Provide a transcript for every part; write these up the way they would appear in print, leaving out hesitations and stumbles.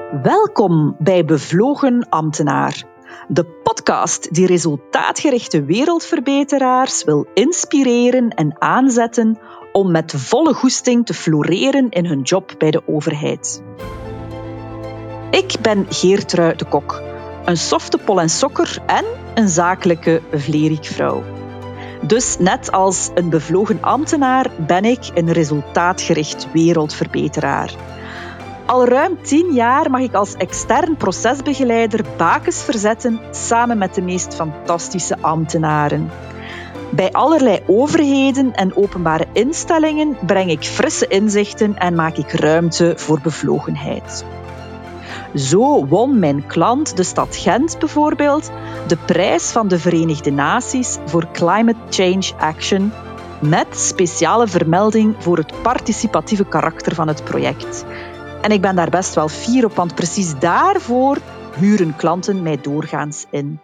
Welkom bij Bevlogen Ambtenaar, de podcast die resultaatgerichte wereldverbeteraars wil inspireren en aanzetten om met volle goesting te floreren in hun job bij de overheid. Ik ben Geertrui de Kok, een softe pol en sokker en een zakelijke vlerikvrouw. Dus net als een bevlogen ambtenaar ben ik een resultaatgericht wereldverbeteraar. Al ruim 10 jaar mag ik als extern procesbegeleider bakens verzetten samen met de meest fantastische ambtenaren. Bij allerlei overheden en openbare instellingen breng ik frisse inzichten en maak ik ruimte voor bevlogenheid. Zo won mijn klant, de stad Gent bijvoorbeeld, de prijs van de Verenigde Naties voor Climate Change Action met speciale vermelding voor het participatieve karakter van het project. En ik ben daar best wel fier op, want precies daarvoor huren klanten mij doorgaans in.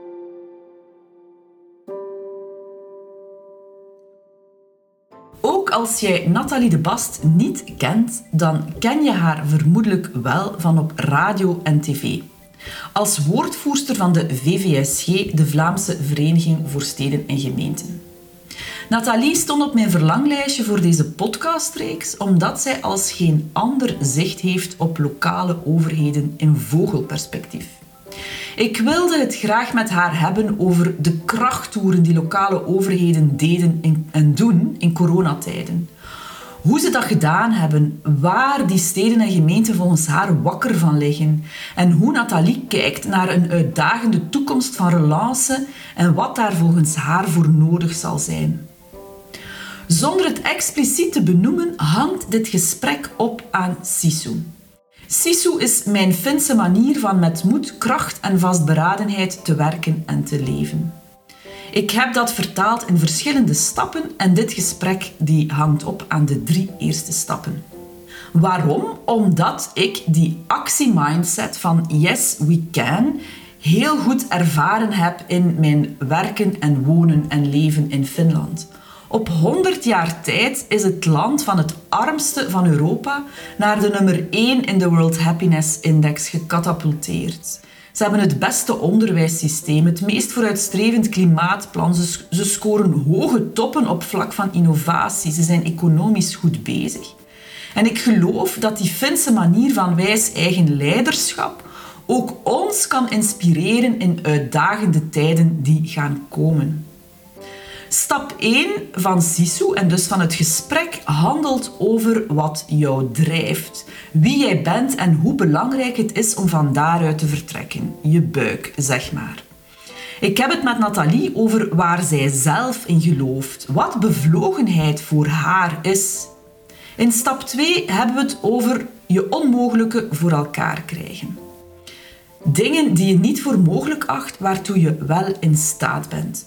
Ook als jij Nathalie de Bast niet kent, dan ken je haar vermoedelijk wel van op radio en tv. Als woordvoerster van de VVSG, de Vlaamse Vereniging voor Steden en Gemeenten. Nathalie stond op mijn verlanglijstje voor deze podcastreeks omdat zij als geen ander zicht heeft op lokale overheden in vogelperspectief. Ik wilde het graag met haar hebben over de krachttoeren die lokale overheden deden en doen in coronatijden. Hoe ze dat gedaan hebben, waar die steden en gemeenten volgens haar wakker van liggen en hoe Nathalie kijkt naar een uitdagende toekomst van relance en wat daar volgens haar voor nodig zal zijn. Zonder het expliciet te benoemen hangt dit gesprek op aan Sisu. Sisu is mijn Finse manier van met moed, kracht en vastberadenheid te werken en te leven. Ik heb dat vertaald in verschillende stappen en dit gesprek die hangt op aan de 3 eerste stappen. Waarom? Omdat ik die actiemindset van yes, we can heel goed ervaren heb in mijn werken en wonen en leven in Finland. Op 100 jaar tijd is het land van het armste van Europa naar de nummer 1 in de World Happiness Index gecatapulteerd. Ze hebben het beste onderwijssysteem, het meest vooruitstrevend klimaatplan. Ze scoren hoge toppen op vlak van innovatie. Ze zijn economisch goed bezig. En ik geloof dat die Finse manier van wijs eigen leiderschap ook ons kan inspireren in uitdagende tijden die gaan komen. Stap 1 van Sisu en dus van het gesprek handelt over wat jou drijft. Wie jij bent en hoe belangrijk het is om van daaruit te vertrekken. Je buik, zeg maar. Ik heb het met Nathalie over waar zij zelf in gelooft. Wat bevlogenheid voor haar is. In stap 2 hebben we het over je onmogelijke voor elkaar krijgen. Dingen die je niet voor mogelijk acht, waartoe je wel in staat bent.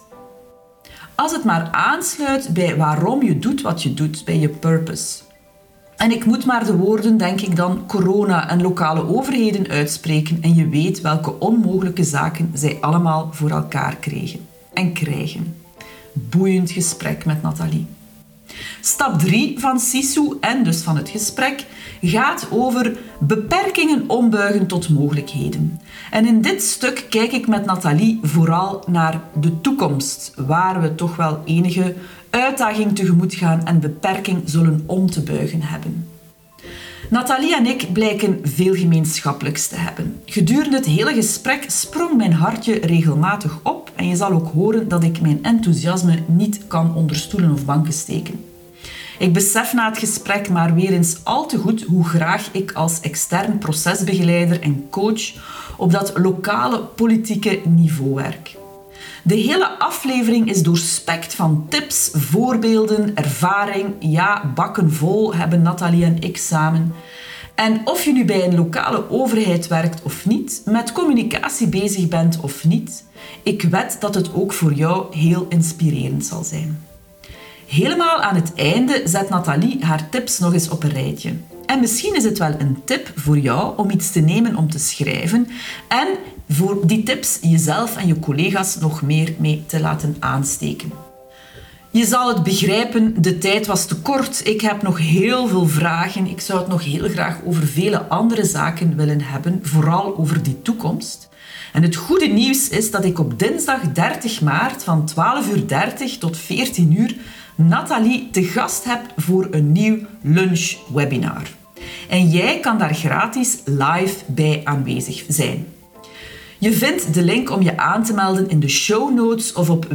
Als het maar aansluit bij waarom je doet wat je doet, bij je purpose. En ik moet maar de woorden, denk ik dan, corona en lokale overheden uitspreken en je weet welke onmogelijke zaken zij allemaal voor elkaar kregen en krijgen. Boeiend gesprek met Nathalie. Stap 3 van Sisu en dus van het gesprek gaat over beperkingen ombuigen tot mogelijkheden. En in dit stuk kijk ik met Nathalie vooral naar de toekomst, waar we toch wel enige uitdaging tegemoet gaan en beperking zullen om te buigen hebben. Nathalie en ik blijken veel gemeenschappelijks te hebben. Gedurende het hele gesprek sprong mijn hartje regelmatig op en je zal ook horen dat ik mijn enthousiasme niet kan onder stoelen of banken steken. Ik besef na het gesprek maar weer eens al te goed hoe graag ik als extern procesbegeleider en coach op dat lokale politieke niveau werk. De hele aflevering is doorspekt van tips, voorbeelden, ervaring. Ja, bakken vol hebben Nathalie en ik samen. En of je nu bij een lokale overheid werkt of niet, met communicatie bezig bent of niet, ik wed dat het ook voor jou heel inspirerend zal zijn. Helemaal aan het einde zet Nathalie haar tips nog eens op een rijtje. En misschien is het wel een tip voor jou om iets te nemen om te schrijven en voor die tips jezelf en je collega's nog meer mee te laten aansteken. Je zal het begrijpen, de tijd was te kort. Ik heb nog heel veel vragen. Ik zou het nog heel graag over vele andere zaken willen hebben, vooral over die toekomst. En het goede nieuws is dat ik op dinsdag 30 maart van 12:30 tot 14:00 Nathalie te gast heb voor een nieuw lunchwebinar. En jij kan daar gratis live bij aanwezig zijn. Je vindt de link om je aan te melden in de show notes of op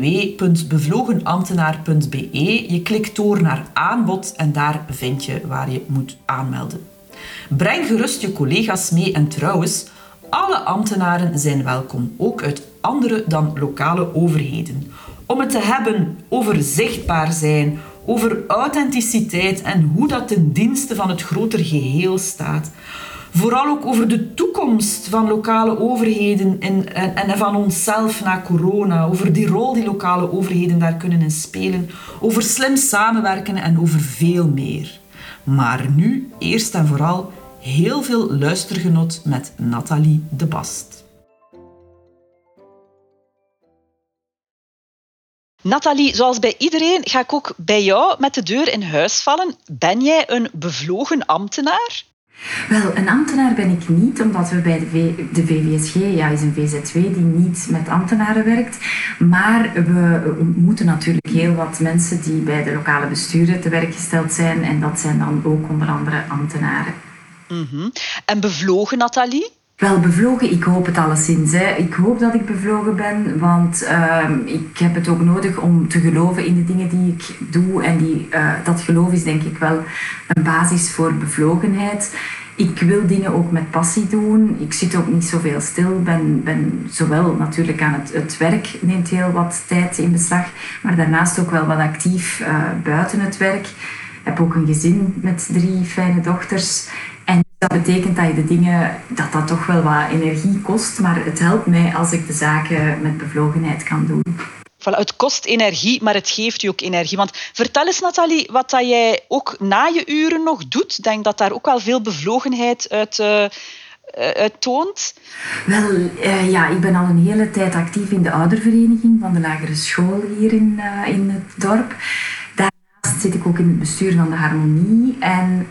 www.bevlogenambtenaar.be. Je klikt door naar aanbod en daar vind je waar je moet aanmelden. Breng gerust je collega's mee en trouwens, alle ambtenaren zijn welkom, ook uit andere dan lokale overheden. Om het te hebben over zichtbaar zijn, over authenticiteit en hoe dat ten dienste van het groter geheel staat. Vooral ook over de toekomst van lokale overheden en van onszelf na corona. Over die rol die lokale overheden daar kunnen in spelen. Over slim samenwerken en over veel meer. Maar nu, eerst en vooral, heel veel luistergenot met Nathalie de Bast. Nathalie, zoals bij iedereen ga ik ook bij jou met de deur in huis vallen. Ben jij een bevlogen ambtenaar? Wel, een ambtenaar ben ik niet, omdat we bij de VVSG, is een VZW die niet met ambtenaren werkt. Maar we ontmoeten natuurlijk heel wat mensen die bij de lokale besturen te werk gesteld zijn. En dat zijn dan ook onder andere ambtenaren. Mm-hmm. En bevlogen, Nathalie? Wel, bevlogen, ik hoop het alleszins. Ik hoop dat ik bevlogen ben, want ik heb het ook nodig om te geloven in de dingen die ik doe. En dat geloof is denk ik wel een basis voor bevlogenheid. Ik wil dingen ook met passie doen. Ik zit ook niet zoveel stil. Ben zowel natuurlijk aan het werk, neemt heel wat tijd in beslag, maar daarnaast ook wel wat actief buiten het werk. Ik heb ook een gezin met 3 fijne dochters. En dat betekent dat je de dingen, dat toch wel wat energie kost, maar het helpt mij als ik de zaken met bevlogenheid kan doen. Voilà, het kost energie, maar het geeft je ook energie. Want vertel eens, Nathalie, wat dat jij ook na je uren nog doet. Ik denk dat daar ook wel veel bevlogenheid uit toont. Wel, ik ben al een hele tijd actief in de oudervereniging van de lagere school hier in het dorp. Daarnaast zit ik ook in het bestuur van de Harmonie en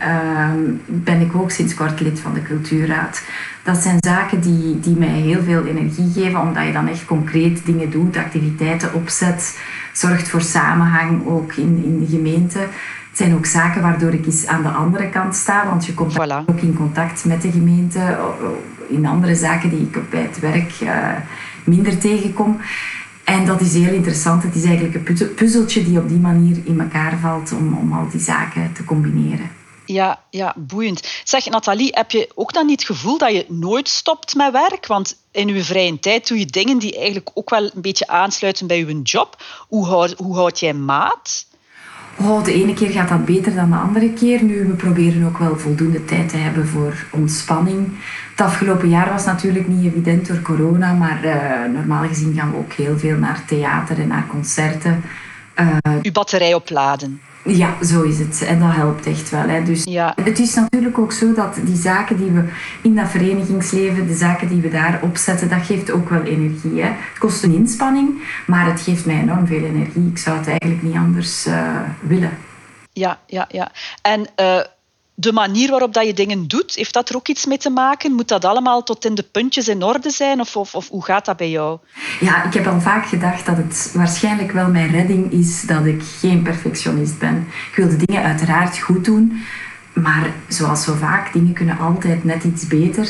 ben ik ook sinds kort lid van de Cultuurraad. Dat zijn zaken die mij heel veel energie geven, omdat je dan echt concreet dingen doet, activiteiten opzet, zorgt voor samenhang ook in de gemeente. Het zijn ook zaken waardoor ik eens aan de andere kant sta, want je komt ook in contact met de gemeente, in andere zaken die ik bij het werk minder tegenkom. En dat is heel interessant. Het is eigenlijk een puzzeltje die op die manier in elkaar valt om al die zaken te combineren. Ja, boeiend. Zeg, Nathalie, heb je ook dan niet het gevoel dat je nooit stopt met werk? Want in je vrije tijd doe je dingen die eigenlijk ook wel een beetje aansluiten bij je job. Hoe houd jij maat? De ene keer gaat dat beter dan de andere keer. Nu, we proberen ook wel voldoende tijd te hebben voor ontspanning. Het afgelopen jaar was natuurlijk niet evident door corona, maar normaal gezien gaan we ook heel veel naar theater en naar concerten. Uw batterij opladen. Ja, zo is het. En dat helpt echt wel. Hè. Dus Het is natuurlijk ook zo dat die zaken die we in dat verenigingsleven, de zaken die we daar opzetten, dat geeft ook wel energie. Hè. Het kost een inspanning, maar het geeft mij enorm veel energie. Ik zou het eigenlijk niet anders willen. Ja. En de manier waarop dat je dingen doet, heeft dat er ook iets mee te maken? Moet dat allemaal tot in de puntjes in orde zijn? Of hoe gaat dat bij jou? Ja, ik heb al vaak gedacht dat het waarschijnlijk wel mijn redding is dat ik geen perfectionist ben. Ik wil de dingen uiteraard goed doen, maar zoals zo vaak, dingen kunnen altijd net iets beter.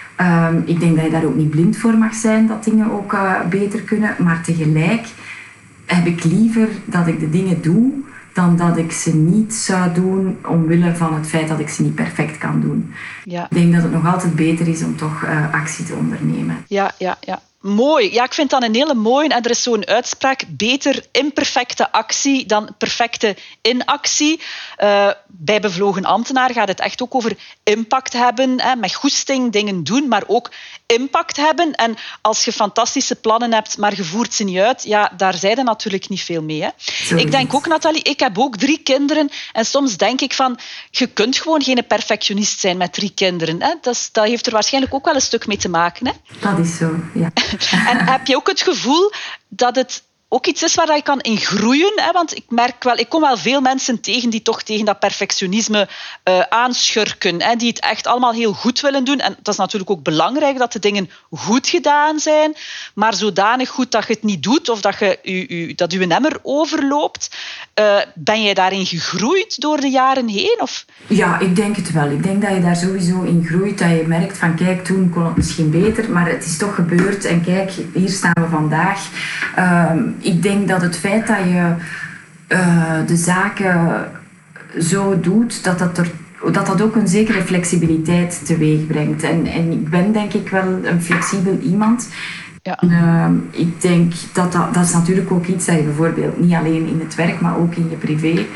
Ik denk dat je daar ook niet blind voor mag zijn, dat dingen ook beter kunnen. Maar tegelijk heb ik liever dat ik de dingen doe dan dat ik ze niet zou doen omwille van het feit dat ik ze niet perfect kan doen. Ja. Ik denk dat het nog altijd beter is om toch actie te ondernemen. Ja. Mooi. Ja, ik vind dat een hele mooie. En er is zo'n uitspraak, beter imperfecte actie dan perfecte inactie. Bij bevlogen ambtenaar gaat het echt ook over impact hebben, met goesting dingen doen, maar ook impact hebben. En als je fantastische plannen hebt, maar je voert ze niet uit, daar zijn er natuurlijk niet veel mee. Hè. Ik denk ook, Nathalie, ik heb ook 3 kinderen en soms denk ik van, je kunt gewoon geen perfectionist zijn met 3 kinderen. Hè. Dat heeft er waarschijnlijk ook wel een stuk mee te maken. Hè. Dat is zo, ja. En heb je ook het gevoel dat het ook iets is waar je kan in groeien. Hè? Want ik kom wel veel mensen tegen die toch tegen dat perfectionisme aanschurken. Hè? Die het echt allemaal heel goed willen doen. En dat is natuurlijk ook belangrijk dat de dingen goed gedaan zijn. Maar zodanig goed dat je het niet doet of dat je emmer overloopt. Ben jij daarin gegroeid door de jaren heen? Of? Ja, ik denk het wel. Ik denk dat je daar sowieso in groeit. Dat je merkt van kijk, toen kon het misschien beter. Maar het is toch gebeurd. En kijk, hier staan we vandaag. Ik denk dat het feit dat je de zaken zo doet, dat ook een zekere flexibiliteit teweeg brengt. En ik ben denk ik wel een flexibel iemand. Ja. Ik denk dat is natuurlijk ook iets dat je bijvoorbeeld niet alleen in het werk, maar ook in je privé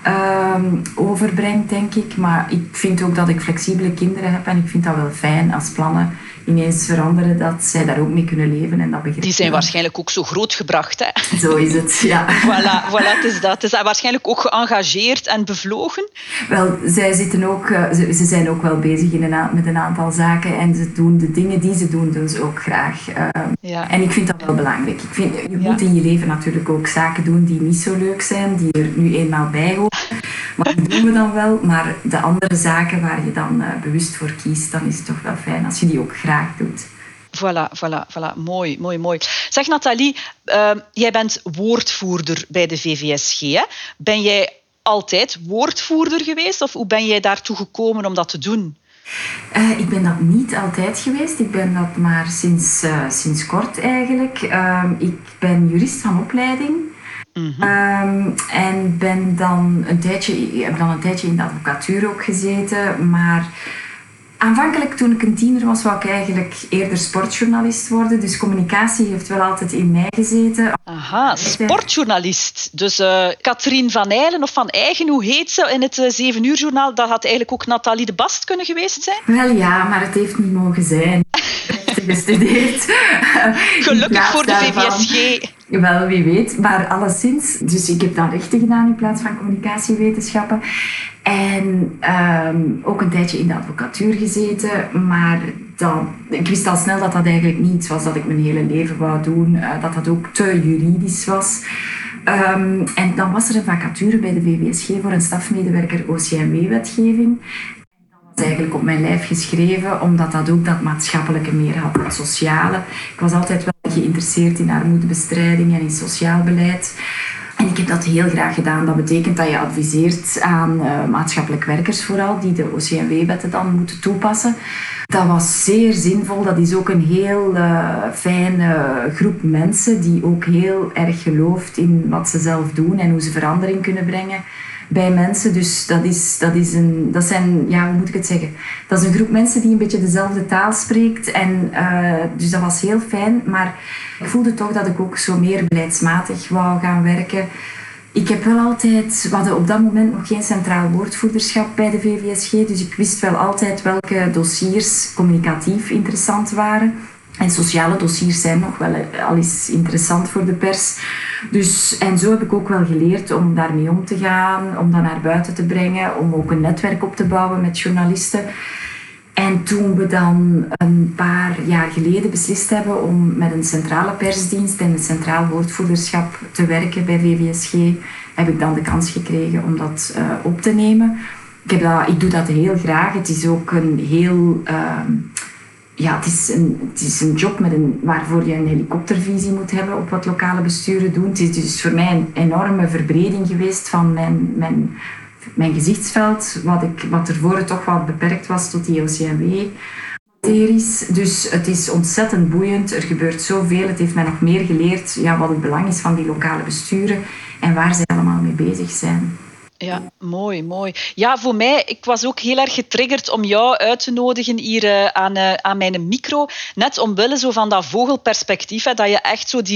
overbrengt, denk ik. Maar ik vind ook dat ik flexibele kinderen heb en ik vind dat wel fijn als plannen ineens veranderen, dat zij daar ook mee kunnen leven en dat begrijpen. Die zijn waarschijnlijk ook zo grootgebracht, hè? Zo is het, ja. Voilà, het is dat. Ze zijn waarschijnlijk ook geëngageerd en bevlogen. Wel, ze zijn ook wel bezig met een aantal zaken en ze doen de dingen die ze doen ze ook graag. Ja. En ik vind dat wel belangrijk. Je moet in je leven natuurlijk ook zaken doen die niet zo leuk zijn, die er nu eenmaal bij horen. Maar die doen we dan wel. Maar de andere zaken waar je dan bewust voor kiest, dan is het toch wel fijn als je die ook graag doet. Voilà. Mooi. Zeg Nathalie, jij bent woordvoerder bij de VVSG. Hè? Ben jij altijd woordvoerder geweest of hoe ben jij daartoe gekomen om dat te doen? Ik ben dat niet altijd geweest. Ik ben dat maar sinds kort eigenlijk. Ik ben jurist van opleiding. Mm-hmm. En heb dan een tijdje in de advocatuur ook gezeten. Maar aanvankelijk, toen ik een tiener was, wou ik eigenlijk eerder sportjournalist worden. Dus communicatie heeft wel altijd in mij gezeten. Aha, sportjournalist. Dus Katrien van Eylen of Van Eigen, hoe heet ze in het 7 uur journaal? Dat had eigenlijk ook Nathalie de Bast kunnen geweest zijn? Wel ja, maar het heeft niet mogen zijn. Gestudeerd. Gelukkig voor de VVSG. Wel, wie weet. Maar alleszins. Dus ik heb dan rechten gedaan in plaats van communicatiewetenschappen. En ook een tijdje in de advocatuur gezeten. Maar ik wist al snel dat dat eigenlijk niet iets was dat ik mijn hele leven wou doen. Dat dat ook te juridisch was. En dan was er een vacature bij de VVSG voor een stafmedewerker OCMW-wetgeving. Dat is eigenlijk op mijn lijf geschreven, omdat dat ook dat maatschappelijke meer had, het sociale. Ik was altijd wel geïnteresseerd in armoedebestrijding en in sociaal beleid. En ik heb dat heel graag gedaan. Dat betekent dat je adviseert aan maatschappelijk werkers vooral, die de OCMW-wetten dan moeten toepassen. Dat was zeer zinvol. Dat is ook een heel fijne groep mensen die ook heel erg gelooft in wat ze zelf doen en hoe ze verandering kunnen brengen bij mensen. Dus dat zijn, ja, hoe moet ik het zeggen? Dat is een groep mensen die een beetje dezelfde taal spreekt. En dus dat was heel fijn. Maar ik voelde toch dat ik ook zo meer beleidsmatig wou gaan werken. Ik heb wel altijd, we hadden op dat moment nog geen centraal woordvoerderschap bij de VVSG. Dus ik wist wel altijd welke dossiers communicatief interessant waren. En sociale dossiers zijn nog wel al eens interessant voor de pers. Dus, en zo heb ik ook wel geleerd om daarmee om te gaan, om dat naar buiten te brengen, om ook een netwerk op te bouwen met journalisten. En toen we dan een paar jaar geleden beslist hebben om met een centrale persdienst en een centraal woordvoerderschap te werken bij VVSG, heb ik dan de kans gekregen om dat op te nemen. Ik doe dat heel graag. Het is ook een heel... het is een job waarvoor je een helikoptervisie moet hebben op wat lokale besturen doen. Het is dus voor mij een enorme verbreding geweest van mijn gezichtsveld, wat ervoor toch wat beperkt was tot die OCMW-materies. Dus het is ontzettend boeiend, er gebeurt zoveel. Het heeft mij nog meer geleerd wat het belang is van die lokale besturen en waar zij allemaal mee bezig zijn. Ja, mooi. Ja, voor mij, ik was ook heel erg getriggerd om jou uit te nodigen hier aan mijn micro. Net omwille zo van dat vogelperspectief, hè, dat je echt zo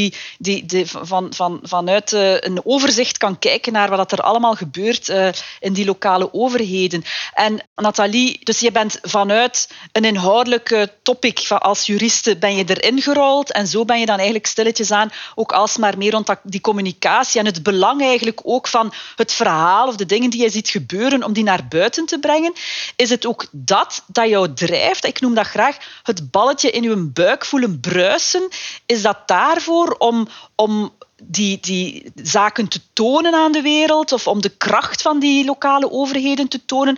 vanuit een overzicht kan kijken naar wat er allemaal gebeurt in die lokale overheden. En Nathalie, dus je bent vanuit een inhoudelijke topic, als juriste ben je erin gerold en zo ben je dan eigenlijk stilletjes aan ook alsmaar meer rond die communicatie en het belang eigenlijk ook van het verhaal of de dingen die je ziet gebeuren, om die naar buiten te brengen. Is het ook dat jou drijft? Ik noem dat graag het balletje in je buik voelen bruisen. Is dat daarvoor om die zaken te tonen aan de wereld of om de kracht van die lokale overheden te tonen?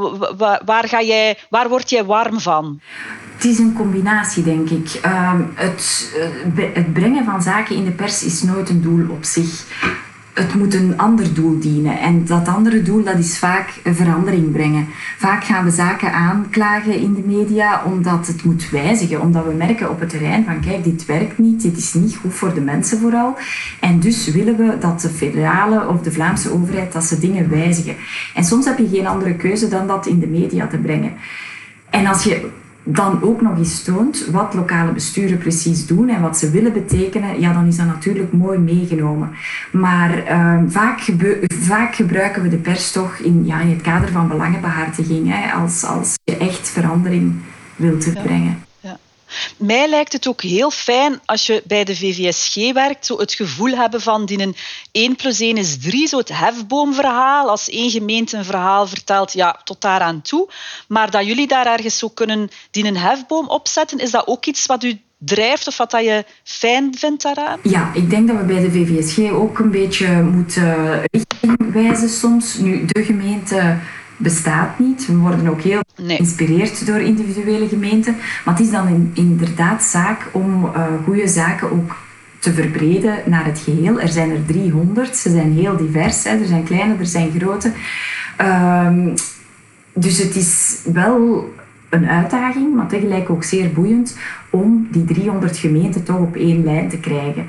Waar word jij warm van? Het is een combinatie, denk ik. Het brengen van zaken in de pers is nooit een doel op zich. Het moet een ander doel dienen. En dat andere doel, dat is vaak een verandering brengen. Vaak gaan we zaken aanklagen in de media omdat het moet wijzigen. Omdat we merken op het terrein van kijk, dit werkt niet, dit is niet goed voor de mensen vooral. En dus willen we dat de federale of de Vlaamse overheid, dat ze dingen wijzigen. En soms heb je geen andere keuze dan dat in de media te brengen. En als je dan ook nog eens toont wat lokale besturen precies doen en wat ze willen betekenen, ja, dan is dat natuurlijk mooi meegenomen. Maar vaak gebruiken we de pers toch in het kader van belangenbehartiging, als je echt verandering wilt brengen. Ja. Mij lijkt het ook heel fijn als je bij de VVSG werkt, zo het gevoel hebben van die 1 + 1 = 3, zo het hefboomverhaal. Als één gemeente een verhaal vertelt, ja, tot daaraan toe. Maar dat jullie daar ergens zo kunnen die een hefboom opzetten, is dat ook iets wat u drijft of wat dat je fijn vindt daaraan? Ja, ik denk dat we bij de VVSG ook een beetje moeten richting wijzen soms. Nu, de gemeente bestaat niet. We worden ook heel geïnspireerd door individuele gemeenten. Maar het is dan inderdaad zaak om goede zaken ook te verbreden naar het geheel. Er zijn er 300. Ze zijn heel divers. Hè. Er zijn kleine, er zijn grote. Dus het is wel een uitdaging, maar tegelijk ook zeer boeiend om die 300 gemeenten toch op één lijn te krijgen.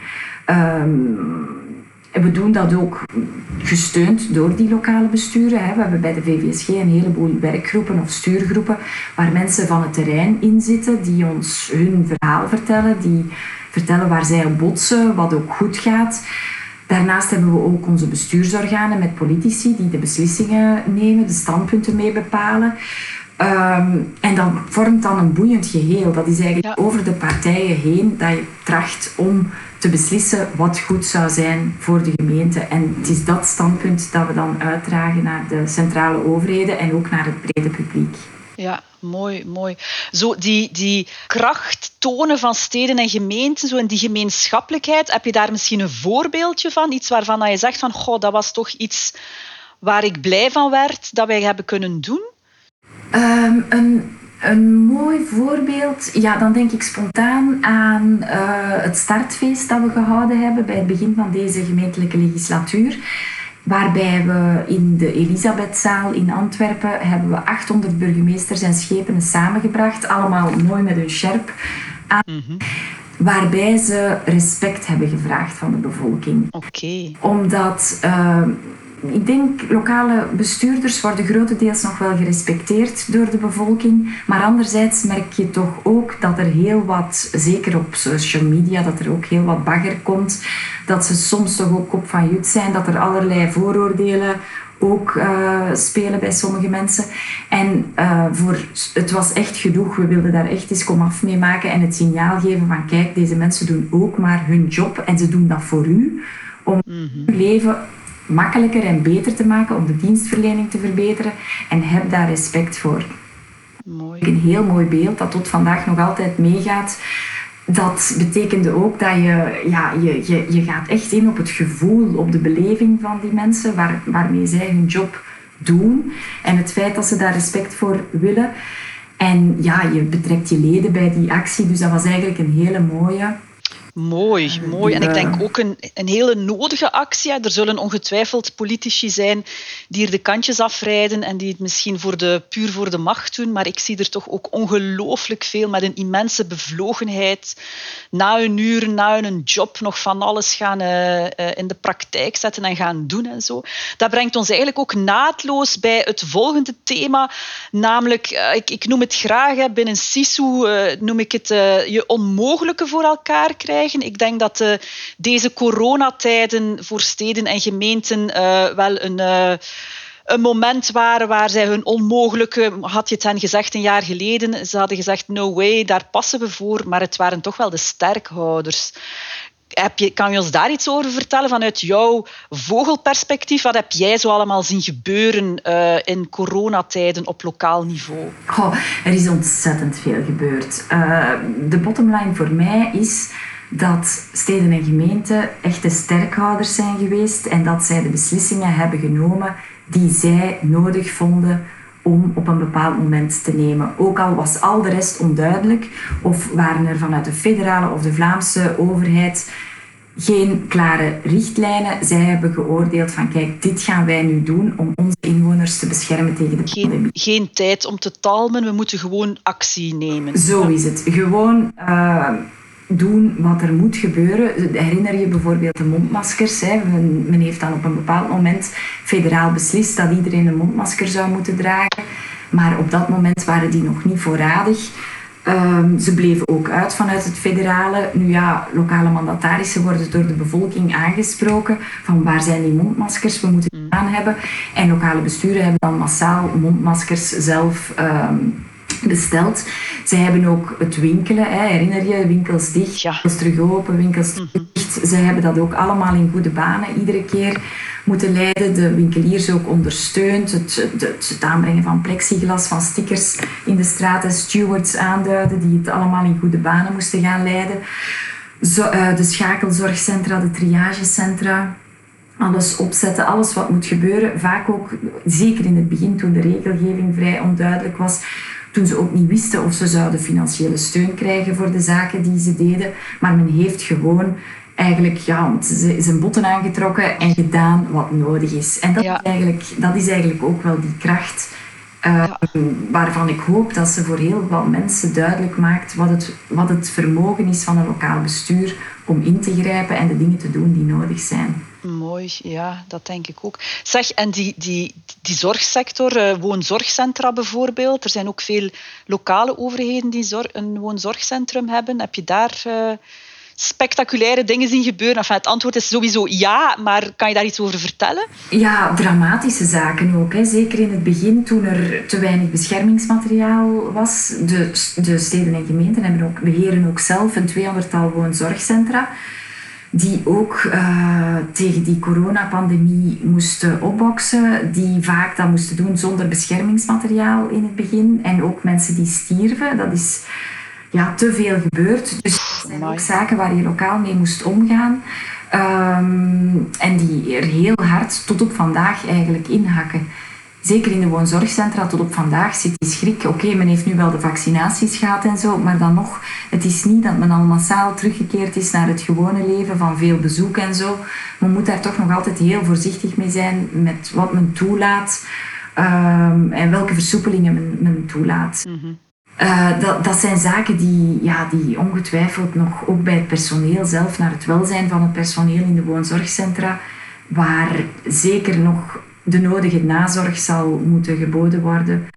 En we doen dat ook gesteund door die lokale besturen. We hebben bij de VVSG een heleboel werkgroepen of stuurgroepen waar mensen van het terrein in zitten die ons hun verhaal vertellen, die vertellen waar zij op botsen, wat ook goed gaat. Daarnaast hebben we ook onze bestuursorganen met politici die de beslissingen nemen, de standpunten mee bepalen. En dat vormt dan een boeiend geheel. Dat is eigenlijk over de partijen heen dat je tracht om te beslissen wat goed zou zijn voor de gemeente. En het is dat standpunt dat we dan uitdragen naar de centrale overheden en ook naar het brede publiek. Ja, mooi. Zo die kracht tonen van steden en gemeenten, zo in die gemeenschappelijkheid, heb je daar misschien een voorbeeldje van? Iets waarvan je zegt van, goh, dat was toch iets waar ik blij van werd, dat wij hebben kunnen doen? Een mooi voorbeeld, ja, dan denk ik spontaan aan het startfeest dat we gehouden hebben bij het begin van deze gemeentelijke legislatuur. Waarbij we in de Elisabethzaal in Antwerpen hebben we 800 burgemeesters en schepenen samengebracht. Allemaal mooi met hun sjerp aan. Waarbij ze respect hebben gevraagd van de bevolking. Oké. Omdat ik denk, lokale bestuurders worden grotendeels nog wel gerespecteerd door de bevolking. Maar anderzijds merk je toch ook dat er heel wat, zeker op social media, dat er ook heel wat bagger komt. Dat ze soms toch ook kop van jut zijn, dat er allerlei vooroordelen ook spelen bij sommige mensen. En het was echt genoeg. We wilden daar echt eens komaf mee maken en het signaal geven van kijk, deze mensen doen ook maar hun job en ze doen dat voor u. Om uw leven makkelijker en beter te maken, om de dienstverlening te verbeteren. En heb daar respect voor. Mooi. Een heel mooi beeld dat tot vandaag nog altijd meegaat. Dat betekende ook dat je gaat echt in op het gevoel, op de beleving van die mensen, waarmee zij hun job doen. En het feit dat ze daar respect voor willen. En ja, je betrekt je leden bij die actie. Dus dat was eigenlijk een hele mooie. Mooi. En ik denk ook een hele nodige actie. Er zullen ongetwijfeld politici zijn die er de kantjes afrijden en die het misschien puur voor de macht doen. Maar ik zie er toch ook ongelooflijk veel met een immense bevlogenheid na hun uren, na hun job nog van alles gaan in de praktijk zetten en gaan doen en zo. Dat brengt ons eigenlijk ook naadloos bij het volgende thema. Namelijk, ik noem het graag, binnen SISU noem ik het je onmogelijke voor elkaar krijgen. Ik denk dat deze coronatijden voor steden en gemeenten wel een moment waren waar zij hun onmogelijke, had je het hen gezegd een jaar geleden, ze hadden gezegd no way, daar passen we voor, maar het waren toch wel de sterkhouders. Kan je ons daar iets over vertellen vanuit jouw vogelperspectief? Wat heb jij zo allemaal zien gebeuren in coronatijden op lokaal niveau? Er is ontzettend veel gebeurd. De bottomline voor mij is dat steden en gemeenten echte sterkhouders zijn geweest en dat zij de beslissingen hebben genomen die zij nodig vonden om op een bepaald moment te nemen. Ook al was al de rest onduidelijk of waren er vanuit de federale of de Vlaamse overheid geen klare richtlijnen. Zij hebben geoordeeld van kijk, dit gaan wij nu doen om onze inwoners te beschermen tegen de pandemie. Geen tijd om te talmen, we moeten gewoon actie nemen. Zo is het. Gewoon doen wat er moet gebeuren. Herinner je bijvoorbeeld de mondmaskers? Hè? Men heeft dan op een bepaald moment federaal beslist dat iedereen een mondmasker zou moeten dragen. Maar op dat moment waren die nog niet voorradig. Ze bleven ook uit vanuit het federale. Nu ja, lokale mandatarissen worden door de bevolking aangesproken van waar zijn die mondmaskers, we moeten die aan hebben. En lokale besturen hebben dan massaal mondmaskers zelf besteld. Zij hebben ook het winkelen, herinner je, winkels dicht, winkels terug open, winkels terug dicht. Zij hebben dat ook allemaal in goede banen iedere keer moeten leiden. De winkeliers ook ondersteund. Het aanbrengen van plexiglas, van stickers in de straten, stewards aanduiden die het allemaal in goede banen moesten gaan leiden. De schakelzorgcentra, de triagecentra. Alles opzetten, alles wat moet gebeuren. Vaak ook, zeker in het begin toen de regelgeving vrij onduidelijk was, toen ze ook niet wisten of ze zouden financiële steun krijgen voor de zaken die ze deden. Maar men heeft gewoon eigenlijk zijn botten aangetrokken en gedaan wat nodig is. En dat is eigenlijk ook wel die kracht waarvan ik hoop dat ze voor heel veel mensen duidelijk maakt wat het vermogen is van een lokaal bestuur om in te grijpen en de dingen te doen die nodig zijn. Mooi, ja, dat denk ik ook. Zeg, en die zorgsector, woonzorgcentra bijvoorbeeld, er zijn ook veel lokale overheden die een woonzorgcentrum hebben. Heb je daar spectaculaire dingen zien gebeuren? Enfin, het antwoord is sowieso ja, maar kan je daar iets over vertellen? Ja, dramatische zaken ook. Hè. Zeker in het begin, toen er te weinig beschermingsmateriaal was. De steden en gemeenten beheren ook zelf een 200-tal woonzorgcentra die ook tegen die coronapandemie moesten opboksen, die vaak dat moesten doen zonder beschermingsmateriaal in het begin. En ook mensen die stierven, dat is te veel gebeurd. Dus dat zijn ook zaken waar je lokaal mee moest omgaan. En die er heel hard tot op vandaag eigenlijk inhakken. Zeker in de woonzorgcentra tot op vandaag zit die schrik. Oké, men heeft nu wel de vaccinaties gehad en zo, maar dan nog, het is niet dat men al massaal teruggekeerd is naar het gewone leven van veel bezoek en zo. Men moet daar toch nog altijd heel voorzichtig mee zijn met wat men toelaat en welke versoepelingen men toelaat. Mm-hmm. Dat zijn zaken die ongetwijfeld nog ook bij het personeel zelf, naar het welzijn van het personeel in de woonzorgcentra, waar zeker nog de nodige nazorg zal moeten geboden worden.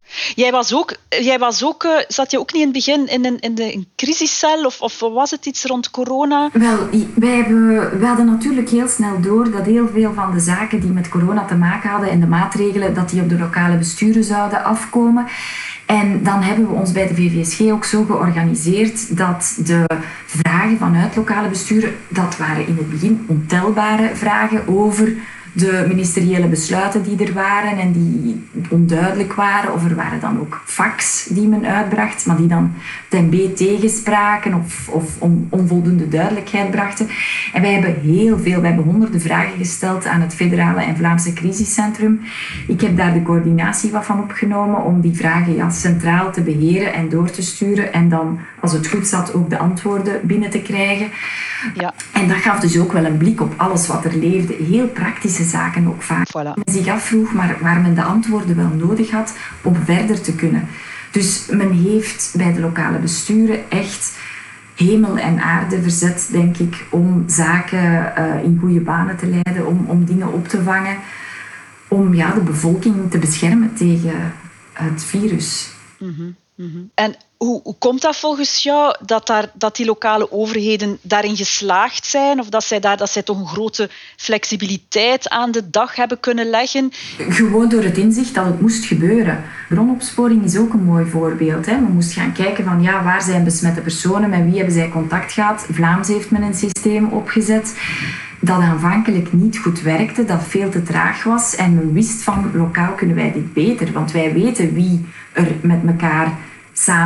Zat je ook niet in het begin in een crisiscel of was het iets rond corona? Wel, wij hadden natuurlijk heel snel door dat heel veel van de zaken die met corona te maken hadden en de maatregelen, dat die op de lokale besturen zouden afkomen. En dan hebben we ons bij de VVSG ook zo georganiseerd dat de vragen vanuit lokale besturen, dat waren in het begin ontelbare vragen over de ministeriële besluiten die er waren en die onduidelijk waren. Of er waren dan ook fax die men uitbracht, maar die dan ten B tegenspraken of onvoldoende duidelijkheid brachten. En wij hebben honderden vragen gesteld aan het federale en Vlaamse crisiscentrum. Ik heb daar de coördinatie van opgenomen om die vragen centraal te beheren en door te sturen en dan, als het goed zat, ook de antwoorden binnen te krijgen. Ja. En dat gaf dus ook wel een blik op alles wat er leefde. Heel praktische zaken ook vaak. Voilà. Men zich afvroeg, maar waar men de antwoorden wel nodig had om verder te kunnen. Dus men heeft bij de lokale besturen echt hemel en aarde verzet, denk ik, om zaken in goede banen te leiden, om dingen op te vangen, om de bevolking te beschermen tegen het virus. Mm-hmm. Mm-hmm. En hoe komt dat volgens jou dat die lokale overheden daarin geslaagd zijn? Of dat zij toch een grote flexibiliteit aan de dag hebben kunnen leggen? Gewoon door het inzicht dat het moest gebeuren. Bronopsporing is ook een mooi voorbeeld. Hè. Men moest gaan kijken van waar zijn besmette personen, met wie hebben zij contact gehad. Vlaams heeft men een systeem opgezet dat aanvankelijk niet goed werkte, dat veel te traag was. En men wist van lokaal kunnen wij dit beter, want wij weten wie er met elkaar samen is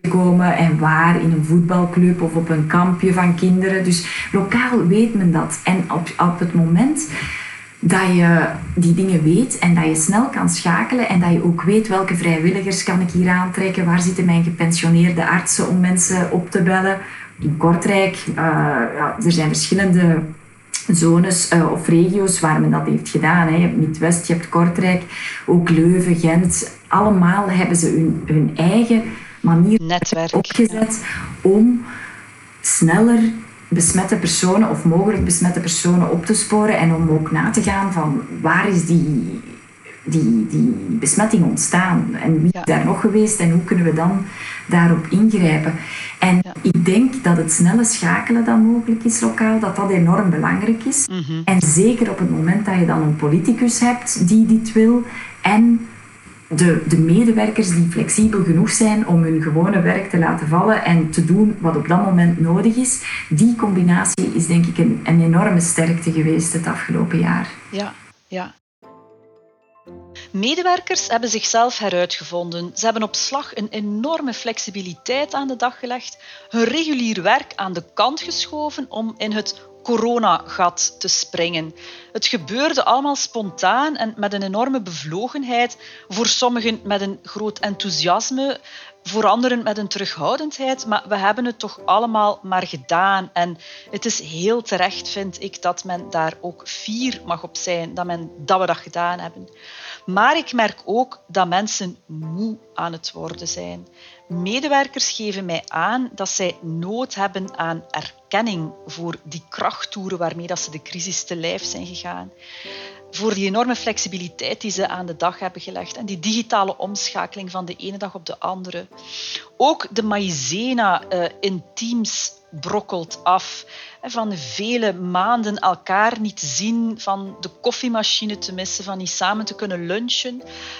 komen en waar in een voetbalclub of op een kampje van kinderen. Dus lokaal weet men dat. En op het moment dat je die dingen weet en dat je snel kan schakelen en dat je ook weet welke vrijwilligers kan ik hier aantrekken, waar zitten mijn gepensioneerde artsen om mensen op te bellen. In Kortrijk, er zijn verschillende zones of regio's waar men dat heeft gedaan. Je hebt Midwest, je hebt Kortrijk, ook Leuven, Gent. Allemaal hebben ze hun eigen manier opgezet om sneller besmette personen of mogelijk besmette personen op te sporen en om ook na te gaan van waar is die besmetting ontstaan en wie is daar nog geweest en hoe kunnen we dan daarop ingrijpen. En ik denk dat het snelle schakelen dat mogelijk is lokaal, dat enorm belangrijk is. Mm-hmm. En zeker op het moment dat je dan een politicus hebt die dit wil en de medewerkers die flexibel genoeg zijn om hun gewone werk te laten vallen en te doen wat op dat moment nodig is. Die combinatie is denk ik een enorme sterkte geweest het afgelopen jaar. Ja. Medewerkers hebben zichzelf heruitgevonden. Ze hebben op slag een enorme flexibiliteit aan de dag gelegd, hun regulier werk aan de kant geschoven om in het coronagat te springen. Het gebeurde allemaal spontaan en met een enorme bevlogenheid. Voor sommigen met een groot enthousiasme, voor anderen met een terughoudendheid. Maar we hebben het toch allemaal maar gedaan. En het is heel terecht, vind ik, dat men daar ook fier mag op zijn, dat we dat gedaan hebben. Maar ik merk ook dat mensen moe aan het worden zijn. Medewerkers geven mij aan dat zij nood hebben aan erkenning voor die krachttoeren waarmee dat ze de crisis te lijf zijn gegaan. Voor die enorme flexibiliteit die ze aan de dag hebben gelegd en die digitale omschakeling van de ene dag op de andere. Ook de maïzena in Teams brokkelt af. Van vele maanden elkaar niet te zien, van de koffiemachine te missen, van niet samen te kunnen lunchen.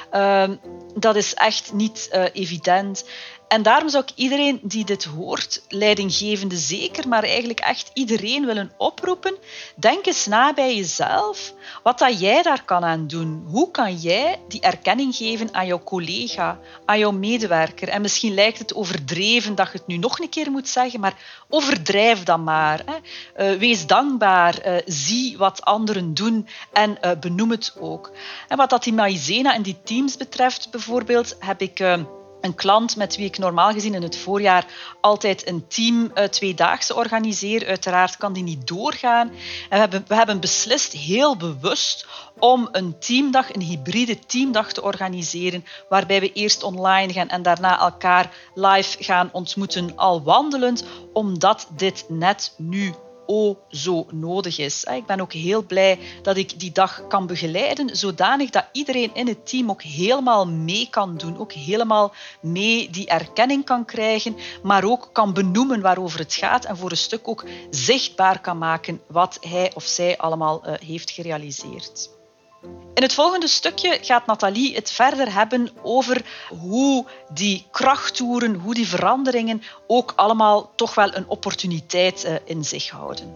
Dat is echt niet evident. En daarom zou ik iedereen die dit hoort, leidinggevende zeker, maar eigenlijk echt iedereen willen oproepen. Denk eens na bij jezelf wat dat jij daar kan aan doen. Hoe kan jij die erkenning geven aan jouw collega, aan jouw medewerker? En misschien lijkt het overdreven dat je het nu nog een keer moet zeggen, maar overdrijf dan maar. Wees dankbaar, zie wat anderen doen en benoem het ook. En wat dat die maïzena en die teams betreft bijvoorbeeld, heb ik een klant met wie ik normaal gezien in het voorjaar altijd een team tweedaagse organiseer. Uiteraard kan die niet doorgaan. En we hebben beslist heel bewust om een teamdag, een hybride teamdag te organiseren, waarbij we eerst online gaan en daarna elkaar live gaan ontmoeten, al wandelend, omdat dit net nu zo nodig is. Ik ben ook heel blij dat ik die dag kan begeleiden, zodanig dat iedereen in het team ook helemaal mee kan doen, ook helemaal mee die erkenning kan krijgen, maar ook kan benoemen waarover het gaat en voor een stuk ook zichtbaar kan maken wat hij of zij allemaal heeft gerealiseerd. In het volgende stukje gaat Nathalie het verder hebben over hoe die krachttoeren, hoe die veranderingen ook allemaal toch wel een opportuniteit in zich houden.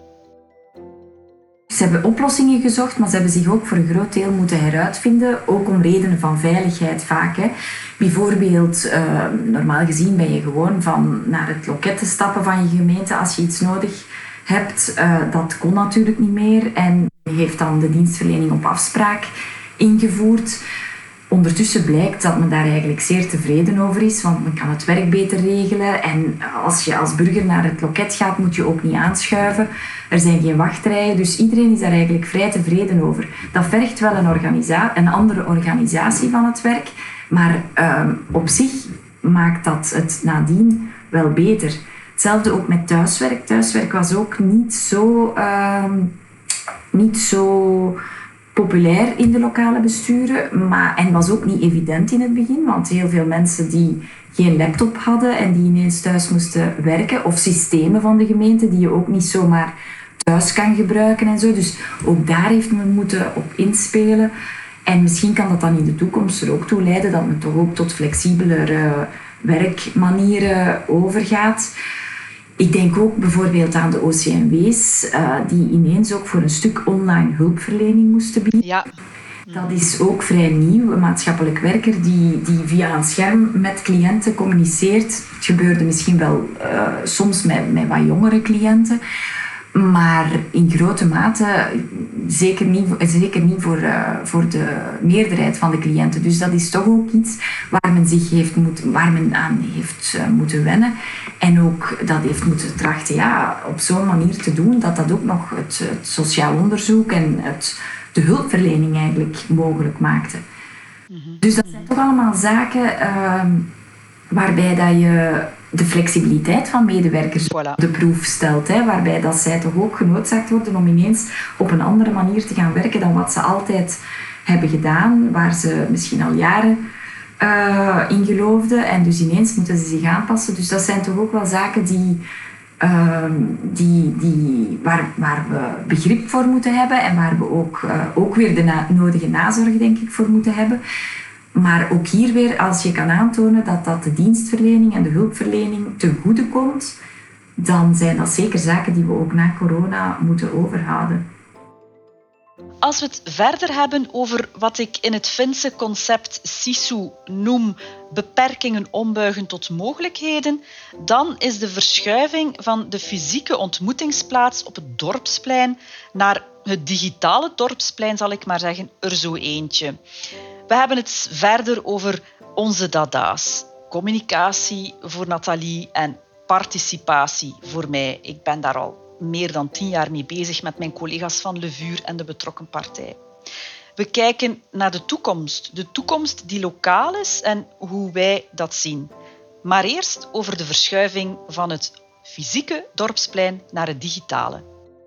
Ze hebben oplossingen gezocht, maar ze hebben zich ook voor een groot deel moeten heruitvinden, ook om redenen van veiligheid vaak. Bijvoorbeeld, normaal gezien ben je gewoon van naar het loket te stappen van je gemeente als je iets nodig hebt. Dat kon natuurlijk niet meer en heeft dan de dienstverlening op afspraak ingevoerd. Ondertussen blijkt dat men daar eigenlijk zeer tevreden over is, want men kan het werk beter regelen. En als je als burger naar het loket gaat, moet je ook niet aanschuiven. Er zijn geen wachtrijen, dus iedereen is daar eigenlijk vrij tevreden over. Dat vergt wel een andere organisatie van het werk, maar op zich maakt dat het nadien wel beter. Hetzelfde ook met thuiswerk. Thuiswerk was ook niet zo populair in de lokale besturen, en was ook niet evident in het begin, want heel veel mensen die geen laptop hadden en die ineens thuis moesten werken, of systemen van de gemeente die je ook niet zomaar thuis kan gebruiken en zo. Dus ook daar heeft men moeten op inspelen. En misschien kan dat dan in de toekomst er ook toe leiden dat men toch ook tot flexibelere werkmanieren overgaat. Ik denk ook bijvoorbeeld aan de OCMW's, die ineens ook voor een stuk online hulpverlening moesten bieden. Ja. Dat is ook vrij nieuw. Een maatschappelijk werker die via een scherm met cliënten communiceert. Het gebeurde misschien wel soms met wat jongere cliënten. Maar in grote mate zeker niet voor de meerderheid van de cliënten. Dus dat is toch ook iets waar men aan heeft moeten wennen. En ook dat heeft moeten trachten op zo'n manier te doen dat ook nog het sociaal onderzoek en de hulpverlening eigenlijk mogelijk maakte. Dus dat zijn toch allemaal zaken waarbij dat je de flexibiliteit van medewerkers op de proef stelt. Waarbij dat zij toch ook genoodzaakt worden om ineens op een andere manier te gaan werken dan wat ze altijd hebben gedaan, waar ze misschien al jaren in geloofden. En dus ineens moeten ze zich aanpassen. Dus dat zijn toch ook wel zaken waar we begrip voor moeten hebben en waar we ook weer de nodige nazorg, denk ik, voor moeten hebben. Maar ook hier weer, als je kan aantonen dat de dienstverlening en de hulpverlening ten goede komt, dan zijn dat zeker zaken die we ook na corona moeten overhouden. Als we het verder hebben over wat ik in het Finse concept SISU noem beperkingen ombuigen tot mogelijkheden, dan is de verschuiving van de fysieke ontmoetingsplaats op het dorpsplein naar het digitale dorpsplein, zal ik maar zeggen, er zo eentje. We hebben het verder over onze dada's. Communicatie voor Nathalie en participatie voor mij. Ik ben daar al meer dan 10 jaar mee bezig met mijn collega's van Le Vuur en de betrokken partij. We kijken naar de toekomst die lokaal is en hoe wij dat zien. Maar eerst over de verschuiving van het fysieke dorpsplein naar het digitale.